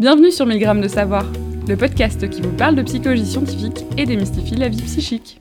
Bienvenue sur 1000 grammes de savoir, le podcast qui vous parle de psychologie scientifique et démystifie la vie psychique.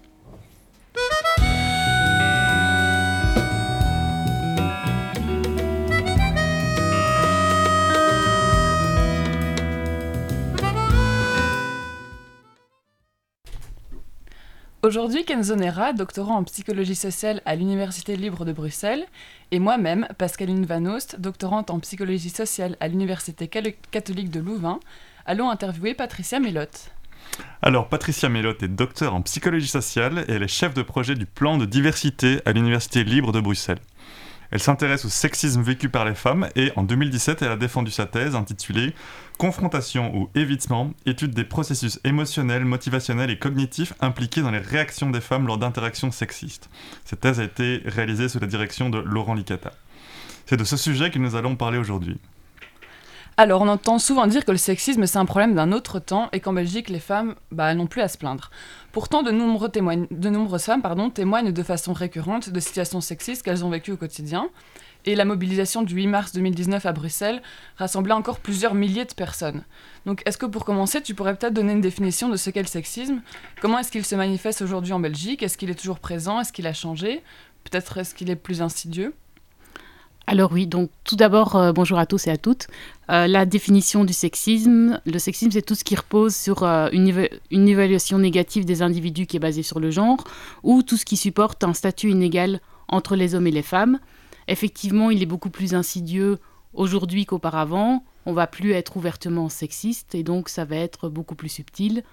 Aujourd'hui, Kenzo Nera, doctorant en psychologie sociale à l'Université libre de Bruxelles, et moi-même, Pascaline Van Oost, doctorante en psychologie sociale à l'Université catholique de Louvain, allons interviewer Patricia Melotte. Alors, Patricia Melotte est docteure en psychologie sociale et elle est chef de projet du plan de diversité à l'Université libre de Bruxelles. Elle s'intéresse au sexisme vécu par les femmes et en 2017, elle a défendu sa thèse intitulée « Confrontation ou évitement, étude des processus émotionnels, motivationnels et cognitifs impliqués dans les réactions des femmes lors d'interactions sexistes ». Cette thèse a été réalisée sous la direction de Laurent Licata. C'est de ce sujet que nous allons parler aujourd'hui. Alors, on entend souvent dire que le sexisme, c'est un problème d'un autre temps et qu'en Belgique, les femmes n'ont plus à se plaindre. Pourtant, de nombreuses femmes témoignent de façon récurrente de situations sexistes qu'elles ont vécues au quotidien. Et la mobilisation du 8 mars 2019 à Bruxelles rassemblait encore plusieurs milliers de personnes. Donc, est-ce que pour commencer, tu pourrais peut-être donner une définition de ce qu'est le sexisme ? Comment est-ce qu'il se manifeste aujourd'hui en Belgique ? Est-ce qu'il est toujours présent ? Est-ce qu'il a changé ? Peut-être est-ce qu'il est plus insidieux ? Alors oui, donc tout d'abord, bonjour à tous et à toutes. La définition du sexisme, le sexisme c'est tout ce qui repose sur une évaluation négative des individus qui est basée sur le genre ou tout ce qui supporte un statut inégal entre les hommes et les femmes. Effectivement, il est beaucoup plus insidieux aujourd'hui qu'auparavant. On ne va plus être ouvertement sexiste et donc ça va être beaucoup plus subtil.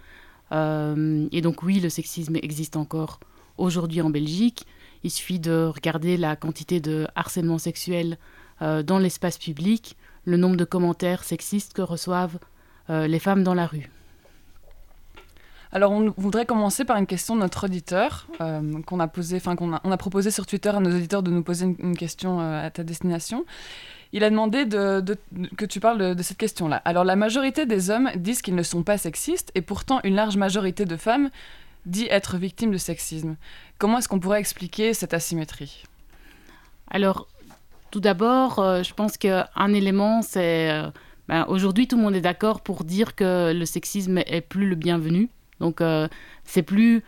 Et donc oui, le sexisme existe encore aujourd'hui en Belgique. Il suffit de regarder la quantité de harcèlement sexuel dans l'espace public, le nombre de commentaires sexistes que reçoivent les femmes dans la rue. Alors, on voudrait commencer par une question de notre auditeur on a proposé sur Twitter à nos auditeurs de nous poser une question à ta destination. Il a demandé que tu parles de cette question-là. Alors, la majorité des hommes disent qu'ils ne sont pas sexistes et pourtant une large majorité de femmes dit être victime de sexisme. Comment est-ce qu'on pourrait expliquer cette asymétrie ? Alors, tout d'abord, je pense qu'un élément, c'est... aujourd'hui, tout le monde est d'accord pour dire que le sexisme est plus le bienvenu. Donc, c'est plus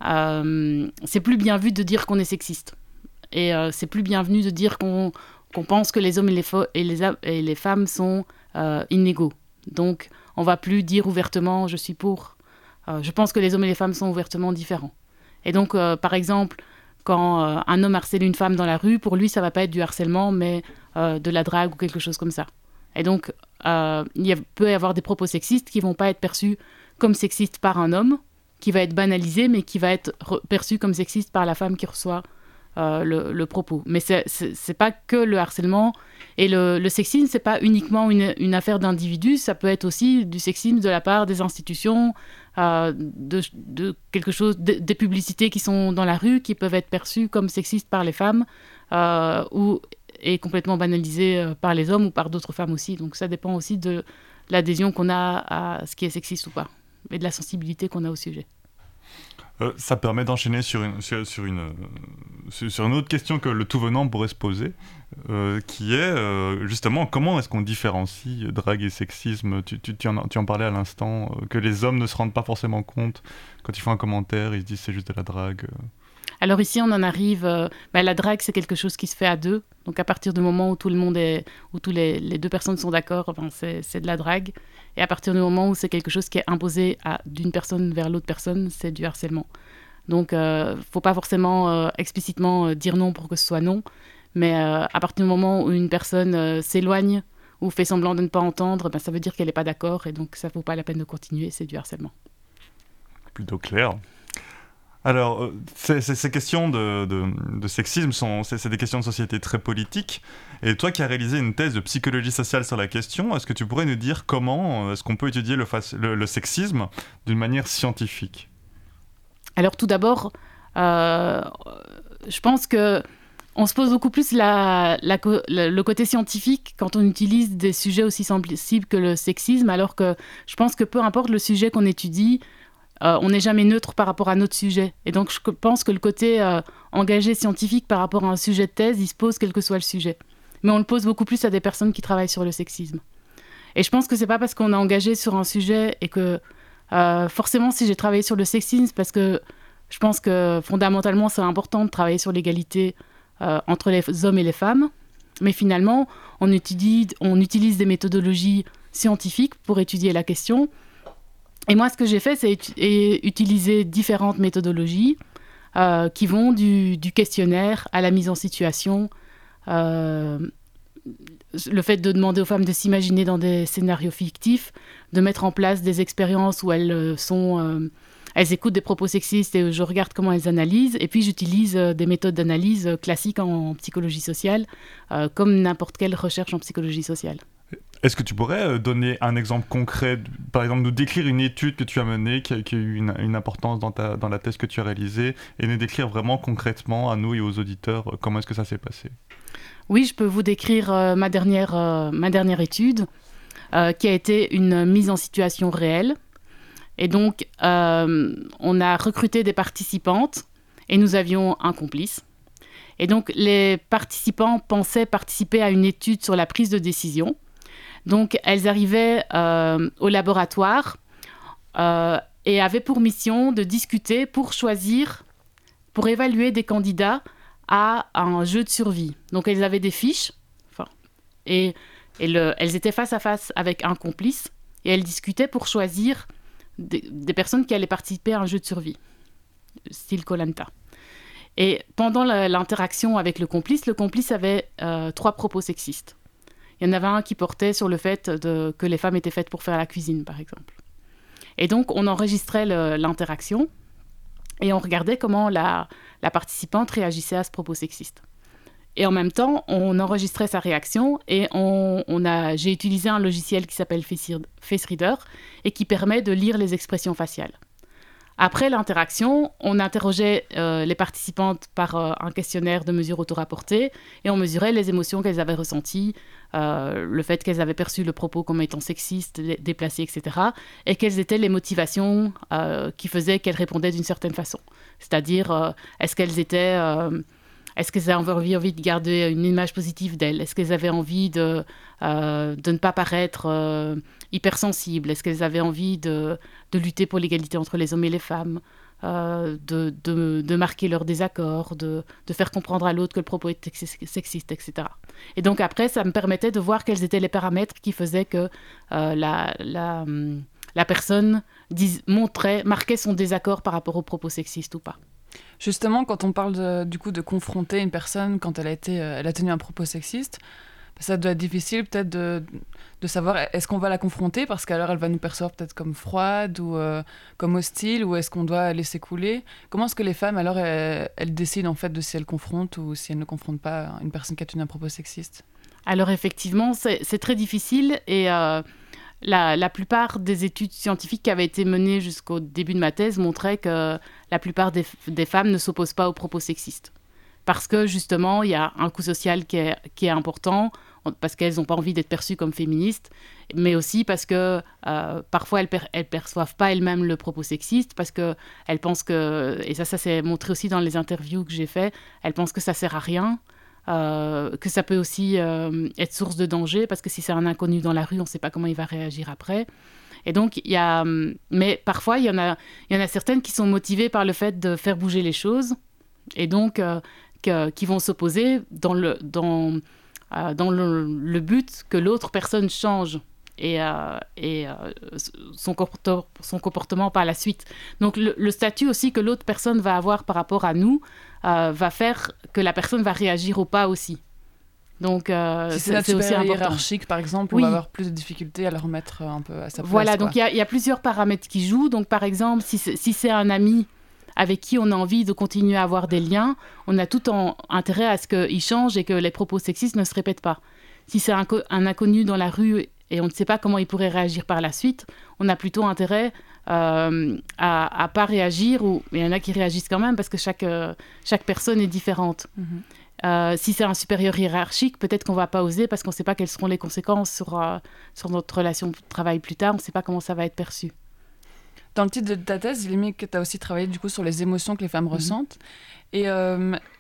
bien vu de dire qu'on est sexiste. Et c'est plus bienvenu de dire qu'on pense que les hommes et les femmes sont inégaux. Donc, on ne va plus dire ouvertement « je suis pour ». Je pense que les hommes et les femmes sont ouvertement différents. Et donc, par exemple, quand un homme harcèle une femme dans la rue, pour lui, ça ne va pas être du harcèlement, mais de la drague ou quelque chose comme ça. Et donc, peut y avoir des propos sexistes qui ne vont pas être perçus comme sexistes par un homme, qui va être banalisé, mais qui va être perçu comme sexiste par la femme qui reçoit le propos. Mais c'est pas que le harcèlement. Et le sexisme, c'est pas uniquement une affaire d'individus, ça peut être aussi du sexisme de la part des institutions, de quelque chose, des publicités qui sont dans la rue, qui peuvent être perçues comme sexistes par les femmes, et complètement banalisées par les hommes ou par d'autres femmes aussi. Donc ça dépend aussi de l'adhésion qu'on a à ce qui est sexiste ou pas, et de la sensibilité qu'on a au sujet. Ça permet d'enchaîner sur une autre question que le tout venant pourrait se poser, qui est justement comment est-ce qu'on différencie drague et sexisme ? Tu en parlais à l'instant, que les hommes ne se rendent pas forcément compte quand ils font un commentaire, ils se disent c'est juste de la drague. Alors ici, on en arrive... la drague, c'est quelque chose qui se fait à deux. Donc à partir du moment où les deux personnes sont d'accord, c'est de la drague. Et à partir du moment où c'est quelque chose qui est imposé d'une personne vers l'autre personne, c'est du harcèlement. Donc il ne faut pas forcément explicitement dire non pour que ce soit non. Mais à partir du moment où une personne s'éloigne ou fait semblant de ne pas entendre, ça veut dire qu'elle n'est pas d'accord. Et donc ça ne vaut pas la peine de continuer, c'est du harcèlement. Plutôt clair. Alors, ces questions de sexisme, c'est des questions de société très politiques. Et toi qui as réalisé une thèse de psychologie sociale sur la question, est-ce que tu pourrais nous dire comment est-ce qu'on peut étudier le sexisme d'une manière scientifique ? Alors tout d'abord, je pense qu'on se pose beaucoup plus le côté scientifique quand on utilise des sujets aussi sensibles que le sexisme, alors que je pense que peu importe le sujet qu'on étudie, on n'est jamais neutre par rapport à notre sujet. Et donc, je pense que le côté engagé scientifique par rapport à un sujet de thèse, il se pose quel que soit le sujet. Mais on le pose beaucoup plus à des personnes qui travaillent sur le sexisme. Et je pense que c'est pas parce qu'on est engagé sur un sujet et que forcément, si j'ai travaillé sur le sexisme, parce que je pense que fondamentalement, c'est important de travailler sur l'égalité entre les hommes et les femmes. Mais finalement, on utilise des méthodologies scientifiques pour étudier la question. Et moi, ce que j'ai fait, c'est utiliser différentes méthodologies qui vont du questionnaire à la mise en situation, le fait de demander aux femmes de s'imaginer dans des scénarios fictifs, de mettre en place des expériences où elles écoutent des propos sexistes et je regarde comment elles analysent. Et puis, j'utilise des méthodes d'analyse classiques en psychologie sociale, comme n'importe quelle recherche en psychologie sociale. Est-ce que tu pourrais donner un exemple concret, par exemple nous décrire une étude que tu as menée, qui a eu une importance dans la thèse que tu as réalisée, et nous décrire vraiment concrètement à nous et aux auditeurs comment est-ce que ça s'est passé? Oui, je peux vous décrire ma dernière étude, qui a été une mise en situation réelle. Et donc, on a recruté des participantes et nous avions un complice. Et donc, les participants pensaient participer à une étude sur la prise de décision. Donc, elles arrivaient au laboratoire et avaient pour mission de discuter pour évaluer des candidats à un jeu de survie. Donc, elles avaient des fiches elles étaient face à face avec un complice et elles discutaient pour choisir des personnes qui allaient participer à un jeu de survie, style Koh-Lanta. Et pendant l'interaction avec le complice avait 3 propos sexistes. Il y en avait un qui portait sur le fait que les femmes étaient faites pour faire la cuisine, par exemple. Et donc, on enregistrait l'interaction et on regardait comment la participante réagissait à ce propos sexiste. Et en même temps, on enregistrait sa réaction et j'ai utilisé un logiciel qui s'appelle FaceReader et qui permet de lire les expressions faciales. Après l'interaction, on interrogeait les participantes par un questionnaire de mesure auto-rapportée et on mesurait les émotions qu'elles avaient ressenties, le fait qu'elles avaient perçu le propos comme étant sexiste, déplacé, etc. Et quelles étaient les motivations qui faisaient qu'elles répondaient d'une certaine façon. C'est-à-dire, est-ce qu'elles avaient envie de garder une image positive d'elles? Est-ce qu'elles avaient envie de ne pas paraître hypersensibles? Est-ce qu'elles avaient envie de lutter pour l'égalité entre les hommes et les femmes, de marquer leur désaccord, de faire comprendre à l'autre que le propos était sexiste, etc. Et donc après, ça me permettait de voir quels étaient les paramètres qui faisaient que la personne marquait son désaccord par rapport aux propos sexistes ou pas. Justement, quand on parle de confronter une personne quand elle a tenu un propos sexiste, ça doit être difficile peut-être de savoir est-ce qu'on va la confronter parce qu'alors elle va nous percevoir peut-être comme froide ou comme hostile, ou est-ce qu'on doit laisser couler. Comment est-ce que les femmes alors elles décident en fait de si elles confrontent ou si elles ne confrontent pas une personne qui a tenu un propos sexiste? Alors effectivement, c'est très difficile et la plupart des études scientifiques qui avaient été menées jusqu'au début de ma thèse montraient que la plupart des femmes ne s'opposent pas aux propos sexistes. Parce que justement, il y a un coût social qui est important, parce qu'elles n'ont pas envie d'être perçues comme féministes, mais aussi parce que parfois elles ne perçoivent pas elles-mêmes le propos sexiste, parce qu'elles pensent que, et ça s'est montré aussi dans les interviews que j'ai fait, elles pensent que ça ne sert à rien, que ça peut aussi être source de danger, parce que si c'est un inconnu dans la rue, on ne sait pas comment il va réagir après. Et donc, mais parfois, il y en a certaines qui sont motivées par le fait de faire bouger les choses, et donc qui vont s'opposer dans le but que l'autre personne change son comportement par la suite. Donc, le statut aussi que l'autre personne va avoir par rapport à nous va faire que la personne va réagir au pas aussi. Donc, si c'est aussi important. Hiérarchique, par exemple, oui. On va avoir plus de difficultés à le remettre un peu à sa place. Voilà, donc il y a plusieurs paramètres qui jouent. Donc, par exemple, si c'est un ami avec qui on a envie de continuer à avoir des liens, on a tout intérêt à ce qu'il change et que les propos sexistes ne se répètent pas. Si c'est un inconnu dans la rue et on ne sait pas comment il pourrait réagir par la suite, on a plutôt intérêt à pas réagir, il y en a qui réagissent quand même parce que chaque personne est différente. Mm-hmm. Si c'est un supérieur hiérarchique, peut-être qu'on ne va pas oser parce qu'on ne sait pas quelles seront les conséquences sur notre relation de travail plus tard, on ne sait pas comment ça va être perçu. Dans le titre de ta thèse, j'ai mis que tu as aussi travaillé du coup sur les émotions que les femmes ressentent. Et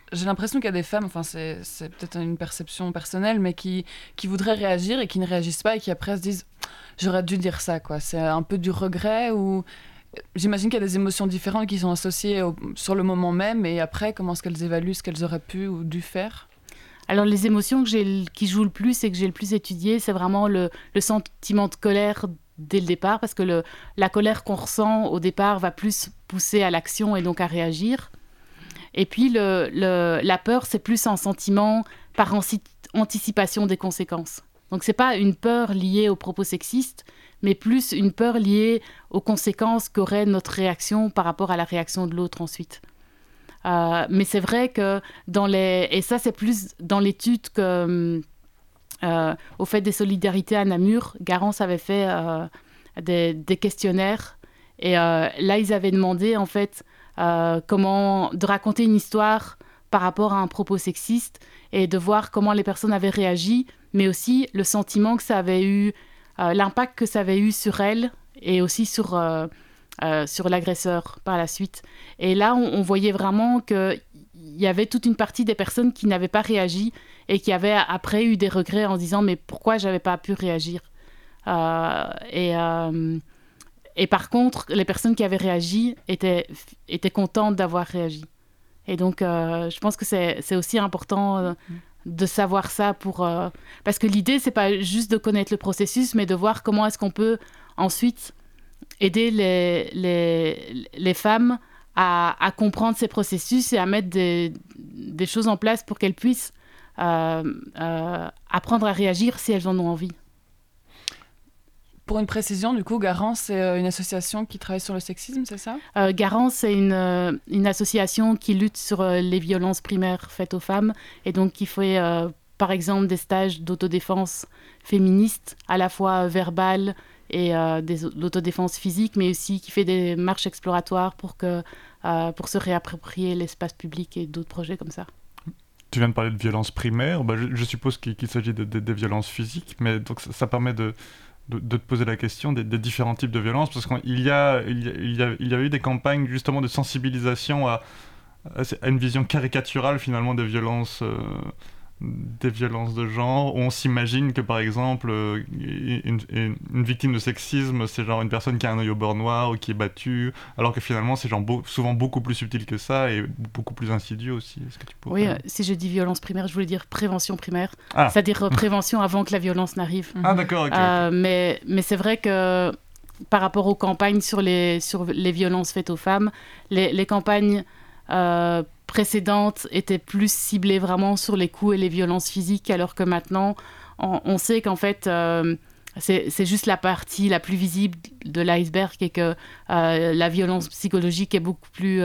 j'ai l'impression qu'il y a des femmes, enfin c'est peut-être une perception personnelle, mais qui voudraient réagir et qui ne réagissent pas et qui après se disent j'aurais dû dire ça, quoi. C'est un peu du regret ou j'imagine qu'il y a des émotions différentes qui sont associées sur le moment même et après comment est-ce qu'elles évaluent ce qu'elles auraient pu ou dû faire. Alors les émotions qui jouent le plus et que j'ai le plus étudiées, c'est vraiment le sentiment de colère dès le départ, parce que la colère qu'on ressent au départ va plus pousser à l'action et donc à réagir. Et puis la peur, c'est plus un sentiment par anticipation des conséquences. Donc c'est pas une peur liée aux propos sexistes, mais plus une peur liée aux conséquences qu'aurait notre réaction par rapport à la réaction de l'autre ensuite. Mais c'est vrai que et ça c'est plus dans l'étude que au fait des solidarités à Namur, Garance avait fait des questionnaires et là ils avaient demandé en fait comment de raconter une histoire par rapport à un propos sexiste et de voir comment les personnes avaient réagi, mais aussi le sentiment que ça avait eu, l'impact que ça avait eu sur elles et aussi sur l'agresseur par la suite. Et là, on voyait vraiment qu'il y avait toute une partie des personnes qui n'avaient pas réagi et qui avaient après eu des regrets en disant « mais pourquoi j'avais pas pu réagir ?» Et par contre, les personnes qui avaient réagi étaient contentes d'avoir réagi. Et donc, je pense que c'est aussi important de savoir ça parce que l'idée, c'est pas juste de connaître le processus, mais de voir comment est-ce qu'on peut ensuite aider les femmes à comprendre ces processus et à mettre des choses en place pour qu'elles puissent apprendre à réagir si elles en ont envie. Pour une précision, du coup, Garance, c'est une association qui travaille sur le sexisme, c'est ça ? Garance, c'est une association qui lutte sur les violences primaires faites aux femmes et donc qui fait, par exemple, des stages d'autodéfense féministe, à la fois verbales et l'autodéfense physique, mais aussi qui fait des marches exploratoires pour se réapproprier l'espace public et d'autres projets comme ça. Tu viens de parler de violences primaires, je suppose qu'il s'agit de violences physiques, mais donc ça permet de te poser la question des différents types de violences, parce qu'il y a eu des campagnes justement de sensibilisation à une vision caricaturale finalement des violences de genre, où on s'imagine que par exemple une victime de sexisme c'est genre une personne qui a un œil au beurre noir ou qui est battue, alors que finalement c'est genre souvent beaucoup plus subtil que ça et beaucoup plus insidieux aussi. Est-ce que tu pourrais... Oui, si je dis violence primaire, je voulais dire prévention primaire, c'est-à-dire prévention avant que la violence n'arrive. Ah d'accord, ok. Mais c'est vrai que par rapport aux campagnes sur les violences faites aux femmes, les campagnes précédentes étaient plus ciblées vraiment sur les coups et les violences physiques, alors que maintenant, on sait qu'en fait, c'est juste la partie la plus visible de l'iceberg et que la violence psychologique est beaucoup plus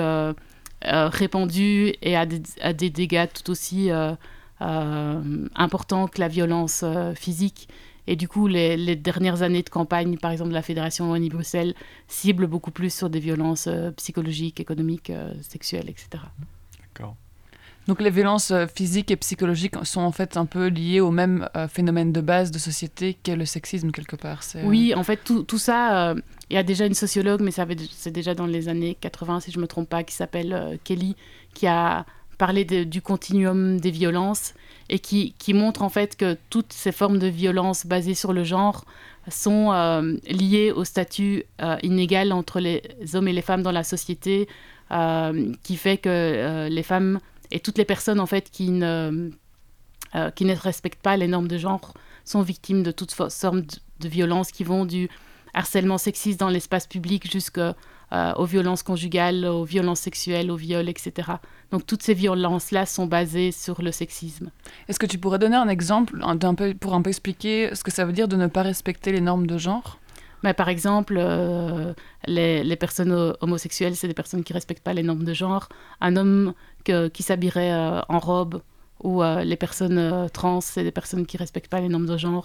répandue et a des dégâts tout aussi importants que la violence physique. Et du coup, les dernières années de campagne, par exemple de la Fédération Wallonie-Bruxelles, ciblent beaucoup plus sur des violences psychologiques, économiques, sexuelles, etc. D'accord. Donc les violences physiques et psychologiques sont en fait un peu liées au même phénomène de base de société qu'est le sexisme quelque part. Oui, en fait, tout ça, il y a déjà une sociologue, mais c'est déjà dans les années 80, si je ne me trompe pas, qui s'appelle Kelly, qui a parlé du continuum des violences et qui montre en fait que toutes ces formes de violence basées sur le genre sont liées au statut inégal entre les hommes et les femmes dans la société, qui fait que les femmes et toutes les personnes en fait qui ne respectent pas les normes de genre sont victimes de toutes formes de violences qui vont du harcèlement sexiste dans l'espace public jusqu'aux violences conjugales, aux violences sexuelles, aux viols, etc. Donc toutes ces violences-là sont basées sur le sexisme. Est-ce que tu pourrais donner un exemple pour un peu expliquer ce que ça veut dire de ne pas respecter les normes de genre ? Par exemple, les personnes homosexuelles, c'est des personnes qui ne respectent pas les normes de genre. Un homme qui s'habillerait en robe, ou les personnes trans, c'est des personnes qui ne respectent pas les normes de genre.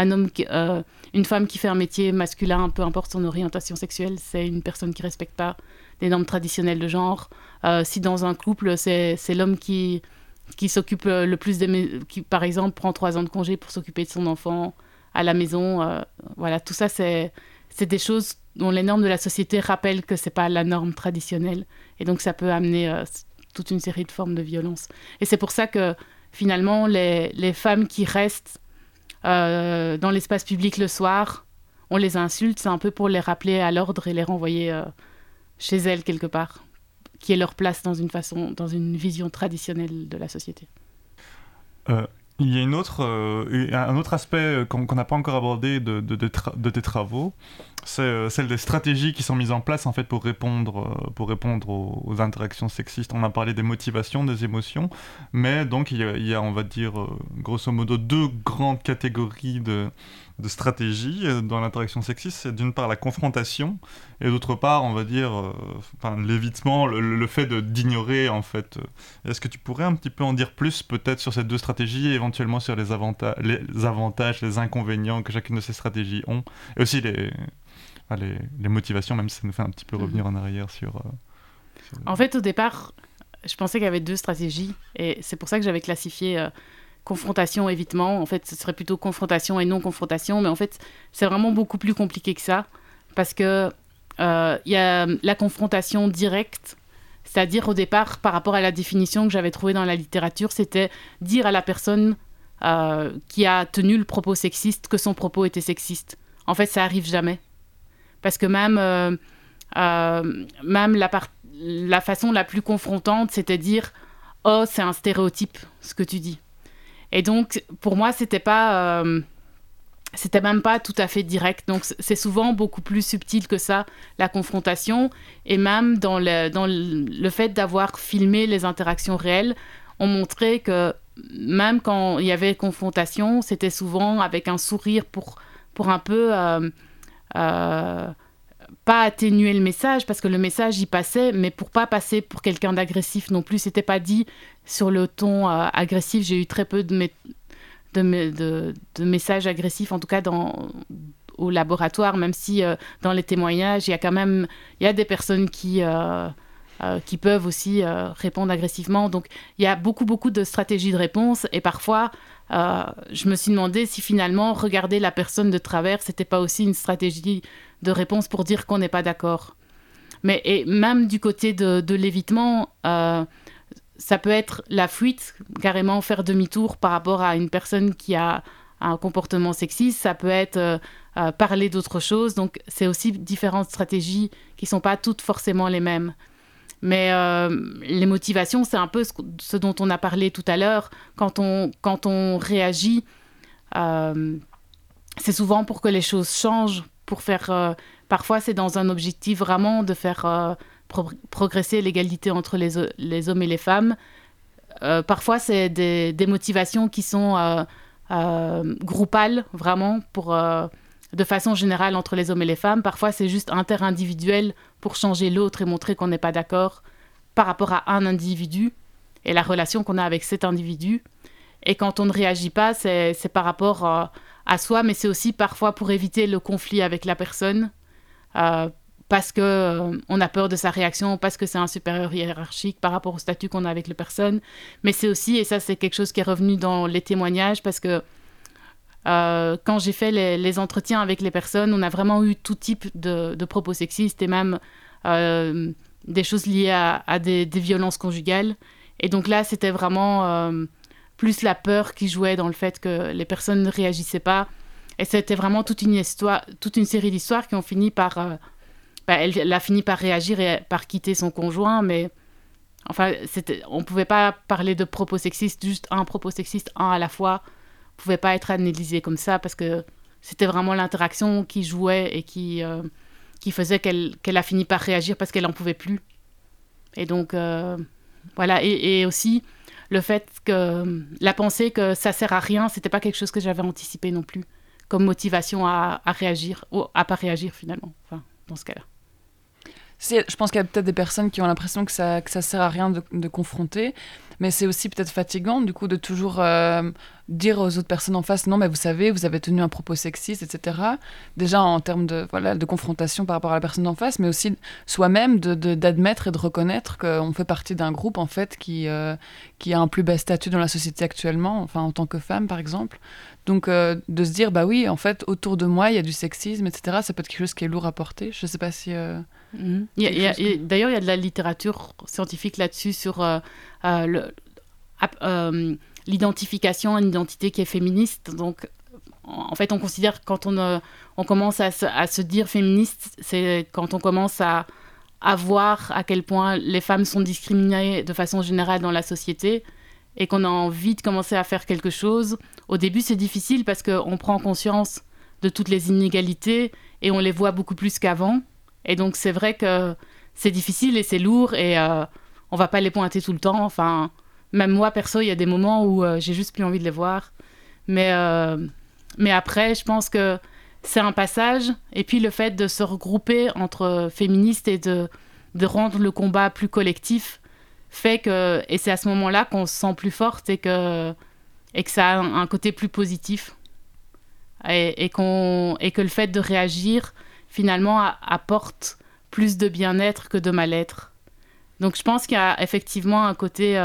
Une femme qui fait un métier masculin, peu importe son orientation sexuelle, c'est une personne qui ne respecte pas les normes traditionnelles de genre. Si dans un couple, c'est l'homme qui s'occupe le plus qui, par exemple, prend 3 ans de congé pour s'occuper de son enfant à la maison. Voilà, tout ça, c'est des choses dont les normes de la société rappellent que ce n'est pas la norme traditionnelle. Et donc, ça peut amener toute une série de formes de violence. Et c'est pour ça que finalement, les femmes qui restent dans l'espace public le soir, on les insulte, c'est un peu pour les rappeler à l'ordre et les renvoyer chez elles quelque part, qui est leur place dans une vision traditionnelle de la société. Il y a un autre aspect qu'on n'a pas encore abordé de tes travaux, c'est celle des stratégies qui sont mises en place en fait pour répondre aux interactions sexistes. On a parlé des motivations, des émotions, mais donc il y a on va dire grosso modo deux grandes catégories de stratégies dans l'interaction sexiste. C'est d'une part la confrontation et d'autre part on va dire l'évitement, le fait d'ignorer en fait. Est-ce que tu pourrais un petit peu en dire plus peut-être sur ces deux stratégies et éventuellement sur les avantages, les inconvénients que chacune de ces stratégies ont, et aussi les motivations, même si ça nous fait un petit peu revenir en arrière sur... En fait, au départ, je pensais qu'il y avait deux stratégies, et c'est pour ça que j'avais classifié confrontation, évitement. En fait, ce serait plutôt confrontation et non-confrontation, mais en fait, c'est vraiment beaucoup plus compliqué que ça, parce que il y a la confrontation directe, c'est-à-dire au départ, par rapport à la définition que j'avais trouvée dans la littérature, c'était dire à la personne qui a tenu le propos sexiste que son propos était sexiste. En fait, ça arrive jamais. Parce que même la façon la plus confrontante, c'était dire « Oh, c'est un stéréotype, ce que tu dis ». Et donc, pour moi, c'était même pas tout à fait direct. Donc, c'est souvent beaucoup plus subtil que ça, la confrontation. Et même dans le fait d'avoir filmé les interactions réelles, on montrait que même quand il y avait confrontation, c'était souvent avec un sourire pour un peu... pas atténuer le message, parce que le message y passait, mais pour pas passer pour quelqu'un d'agressif non plus. C'était pas dit sur le ton agressif. J'ai eu très peu de messages agressifs, en tout cas au laboratoire, même si dans les témoignages, il y a des personnes qui peuvent aussi répondre agressivement. Donc, il y a beaucoup de stratégies de réponse, et parfois, je me suis demandé si finalement, regarder la personne de travers, c'était pas aussi une stratégie de réponse pour dire qu'on n'est pas d'accord. Et même du côté de l'évitement, ça peut être la fuite, carrément faire demi-tour par rapport à une personne qui a un comportement sexiste, ça peut être parler d'autre chose. Donc, c'est aussi différentes stratégies qui sont pas toutes forcément les mêmes. Mais les motivations, c'est un peu ce dont on a parlé tout à l'heure. Quand on réagit, c'est souvent pour que les choses changent, pour faire... parfois, c'est dans un objectif vraiment de faire progresser l'égalité entre les hommes et les femmes. Parfois, c'est des motivations qui sont groupales, vraiment, de façon générale entre les hommes et les femmes. Parfois, c'est juste interindividuel pour changer l'autre et montrer qu'on n'est pas d'accord par rapport à un individu et la relation qu'on a avec cet individu. Et quand on ne réagit pas, c'est par rapport à soi, mais c'est aussi parfois pour éviter le conflit avec la personne, parce qu'on a peur de sa réaction, parce que c'est un supérieur hiérarchique par rapport au statut qu'on a avec la personne. Mais c'est aussi, et ça c'est quelque chose qui est revenu dans les témoignages, parce que quand j'ai fait les entretiens avec les personnes, on a vraiment eu tout type de propos sexistes et même des choses liées à des violences conjugales. Et donc là, c'était vraiment plus la peur qui jouait dans le fait que les personnes ne réagissaient pas. Et c'était vraiment toute une série d'histoires qui ont fini par... elle a fini par réagir et par quitter son conjoint, mais enfin, on ne pouvait pas parler de propos sexistes, juste un propos sexiste, un à la fois. Pouvait pas être analysé comme ça parce que c'était vraiment l'interaction qui jouait et qui faisait qu'elle a fini par réagir parce qu'elle en pouvait plus. Et donc voilà, et aussi le fait que la pensée que ça sert à rien, c'était pas quelque chose que j'avais anticipé non plus comme motivation à réagir ou à pas réagir finalement, enfin dans ce cas-là. Je pense qu'il y a peut-être des personnes qui ont l'impression que ça sert à rien de confronter, mais c'est aussi peut-être fatigant du coup de toujours dire aux autres personnes en face, non, mais vous savez, vous avez tenu un propos sexiste, etc. Déjà en termes de confrontation par rapport à la personne en face, mais aussi soi-même d'admettre et de reconnaître qu'on fait partie d'un groupe, en fait, qui a un plus bas statut dans la société actuellement, enfin, en tant que femme, par exemple. Donc, de se dire, bah oui, en fait, autour de moi, il y a du sexisme, etc. Ça peut être quelque chose qui est lourd à porter. Je sais pas si... D'ailleurs, il y a de la littérature scientifique là-dessus sur l'identification à une identité qui est féministe. Donc, en fait, on considère que quand on commence à se dire féministe, c'est quand on commence à voir à quel point les femmes sont discriminées de façon générale dans la société et qu'on a envie de commencer à faire quelque chose. Au début, c'est difficile parce qu'on prend conscience de toutes les inégalités et on les voit beaucoup plus qu'avant. Et donc, c'est vrai que c'est difficile et c'est lourd et on va pas les pointer tout le temps. Enfin, même moi, perso, il y a des moments où j'ai juste plus envie de les voir. Mais après, je pense que c'est un passage. Et puis, le fait de se regrouper entre féministes et de rendre le combat plus collectif fait que... Et c'est à ce moment-là qu'on se sent plus forte et que ça a un côté plus positif. Et que le fait de réagir, finalement, apporte plus de bien-être que de mal-être. Donc, je pense qu'il y a effectivement un côté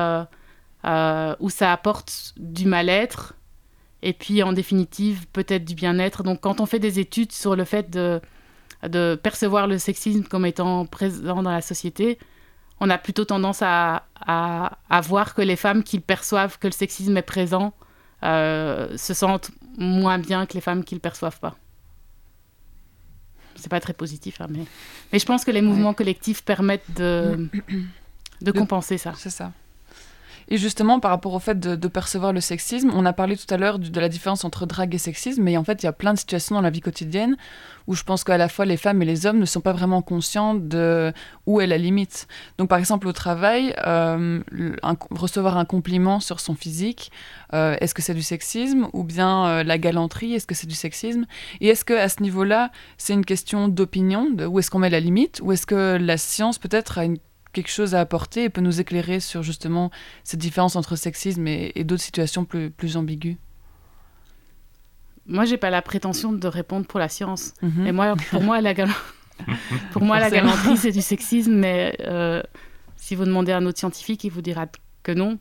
où ça apporte du mal-être et puis, en définitive, peut-être du bien-être. Donc, quand on fait des études sur le fait de percevoir le sexisme comme étant présent dans la société, on a plutôt tendance à voir que les femmes qui perçoivent que le sexisme est présent se sentent moins bien que les femmes qui ne le perçoivent pas. C'est pas très positif, hein, mais je pense que les mouvements collectifs permettent de compenser ça. C'est ça. Et justement, par rapport au fait de percevoir le sexisme, on a parlé tout à l'heure de la différence entre drague et sexisme, mais en fait, il y a plein de situations dans la vie quotidienne où je pense qu'à la fois les femmes et les hommes ne sont pas vraiment conscients de où est la limite. Donc, par exemple, au travail, recevoir un compliment sur son physique, est-ce que c'est du sexisme? Ou bien la galanterie, est-ce que c'est du sexisme? Et est-ce qu'à ce niveau-là, c'est une question d'opinion, de où est-ce qu'on met la limite? Ou est-ce que la science, peut-être, a quelque chose à apporter et peut nous éclairer sur justement cette différence entre sexisme et d'autres situations plus ambiguës? Moi, j'ai pas la prétention de répondre pour la science. Et pour moi, la galanterie, c'est du sexisme, mais si vous demandez à un autre scientifique, il vous dira que non.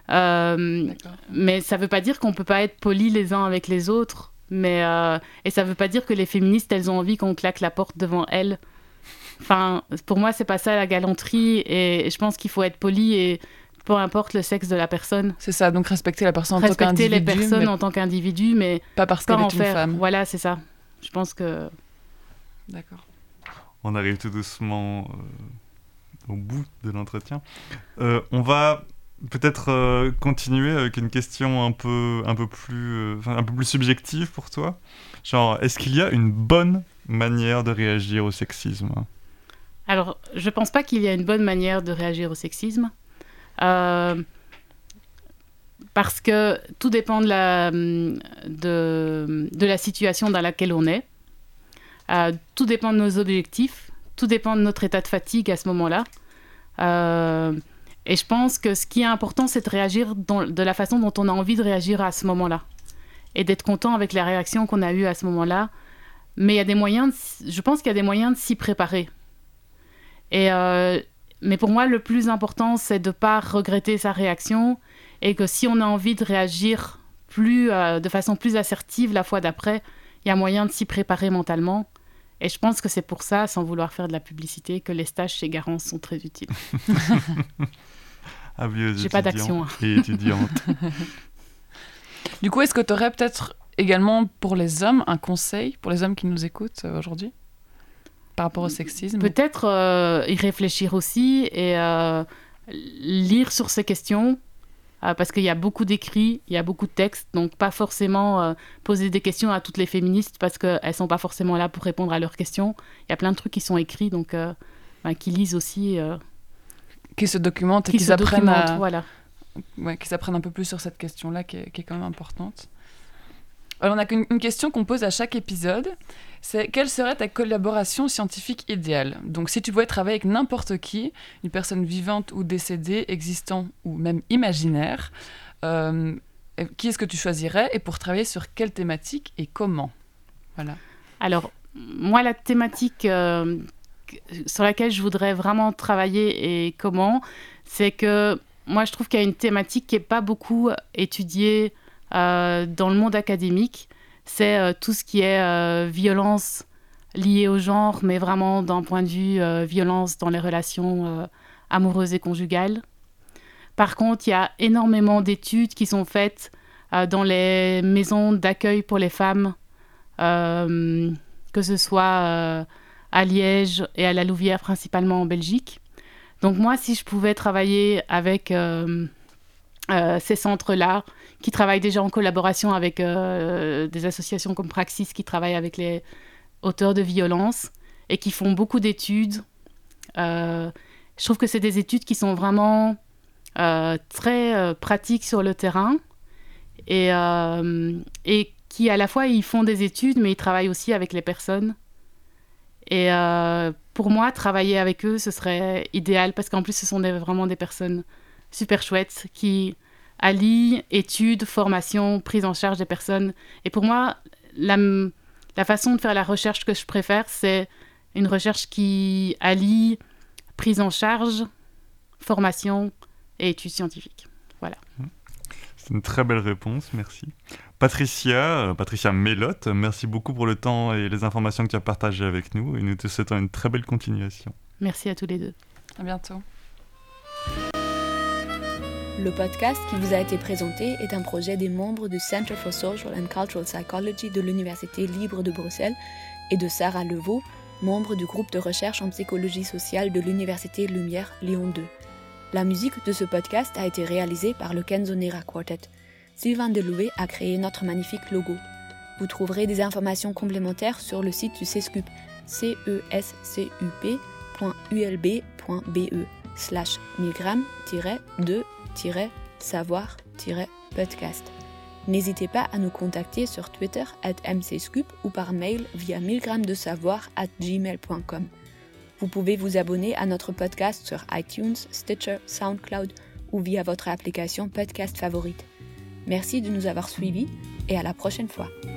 Mais ça veut pas dire qu'on peut pas être polis les uns avec les autres. Et ça veut pas dire que les féministes, elles ont envie qu'on claque la porte devant elles. Enfin, pour moi, c'est pas ça la galanterie, et je pense qu'il faut être poli et peu importe le sexe de la personne. C'est ça, donc respecter la personne en tant qu'individu. Respecter les personnes en tant qu'individu, mais pas parce qu'elle est une femme. Voilà, c'est ça. Je pense que... D'accord. On arrive tout doucement au bout de l'entretien. On va peut-être continuer avec une question un peu plus subjective pour toi. Genre, est-ce qu'il y a une bonne manière de réagir au sexisme? Alors, je pense pas qu'il y a une bonne manière de réagir au sexisme, parce que tout dépend de la situation dans laquelle on est, tout dépend de nos objectifs, tout dépend de notre état de fatigue à ce moment-là. Et je pense que ce qui est important, c'est de réagir de la façon dont on a envie de réagir à ce moment-là, et d'être content avec la réaction qu'on a eue à ce moment-là. Mais je pense qu'il y a des moyens de s'y préparer. Mais pour moi, le plus important, c'est de ne pas regretter sa réaction, et que si on a envie de réagir de façon plus assertive la fois d'après, il y a moyen de s'y préparer mentalement. Et je pense que c'est pour ça, sans vouloir faire de la publicité, que les stages chez Garance sont très utiles. J'ai pas d'action. Et étudiantes. Du coup, est-ce que tu aurais peut-être également pour les hommes un conseil, pour les hommes qui nous écoutent aujourd'hui, par rapport au sexisme? Peut-être y réfléchir aussi et lire sur ces questions, parce qu'il y a beaucoup d'écrits, il y a beaucoup de textes, donc pas forcément poser des questions à toutes les féministes parce qu'elles ne sont pas forcément là pour répondre à leurs questions. Il y a plein de trucs qui sont écrits, donc qui lisent aussi. Qui se documentent et qui apprennent voilà. Ouais, qu'ils apprennent un peu plus sur cette question-là qui est quand même importante. Alors, on a une question qu'on pose à chaque épisode, c'est quelle serait ta collaboration scientifique idéale? Donc, si tu pouvais travailler avec n'importe qui, une personne vivante ou décédée, existant ou même imaginaire, qui est-ce que tu choisirais et pour travailler sur quelle thématique et comment? Voilà. Alors, moi, la thématique sur laquelle je voudrais vraiment travailler et comment, c'est que moi, je trouve qu'il y a une thématique qui n'est pas beaucoup étudiée dans le monde académique. C'est tout ce qui est violence liée au genre, mais vraiment d'un point de vue violence dans les relations amoureuses et conjugales. Par contre, il y a énormément d'études qui sont faites dans les maisons d'accueil pour les femmes, que ce soit à Liège et à La Louvière, principalement en Belgique. Donc moi, si je pouvais travailler avec ces centres-là, qui travaillent déjà en collaboration avec des associations comme Praxis, qui travaillent avec les auteurs de violences et qui font beaucoup d'études, je trouve que c'est des études qui sont vraiment très pratiques sur le terrain et qui, à la fois, ils font des études, mais ils travaillent aussi avec les personnes. Et pour moi, travailler avec eux, ce serait idéal parce qu'en plus, ce sont vraiment des personnes super chouettes qui allient études, formation, prise en charge des personnes. Et pour moi, la façon de faire la recherche que je préfère, c'est une recherche qui allie prise en charge, formation et études scientifiques. Voilà. C'est une très belle réponse, merci. Patricia Melotte, merci beaucoup pour le temps et les informations que tu as partagées avec nous et nous te souhaitons une très belle continuation. Merci à tous les deux. À bientôt. Le podcast qui vous a été présenté est un projet des membres du Center for Social and Cultural Psychology de l'Université libre de Bruxelles et de Sarah Levaux, membre du groupe de recherche en psychologie sociale de l'Université Lumière Lyon 2. La musique de ce podcast a été réalisée par le Kenzonera Quartet. Sylvain Deloué a créé notre magnifique logo. Vous trouverez des informations complémentaires sur le site du CESCUP, cescup.ulb.be/milgram-de-savoir-podcast. N'hésitez pas à nous contacter sur Twitter @mcscup ou par mail via milgramdesavoir@gmail.com. Vous pouvez vous abonner à notre podcast sur iTunes, Stitcher, SoundCloud ou via votre application podcast favorite. Merci de nous avoir suivis et à la prochaine fois.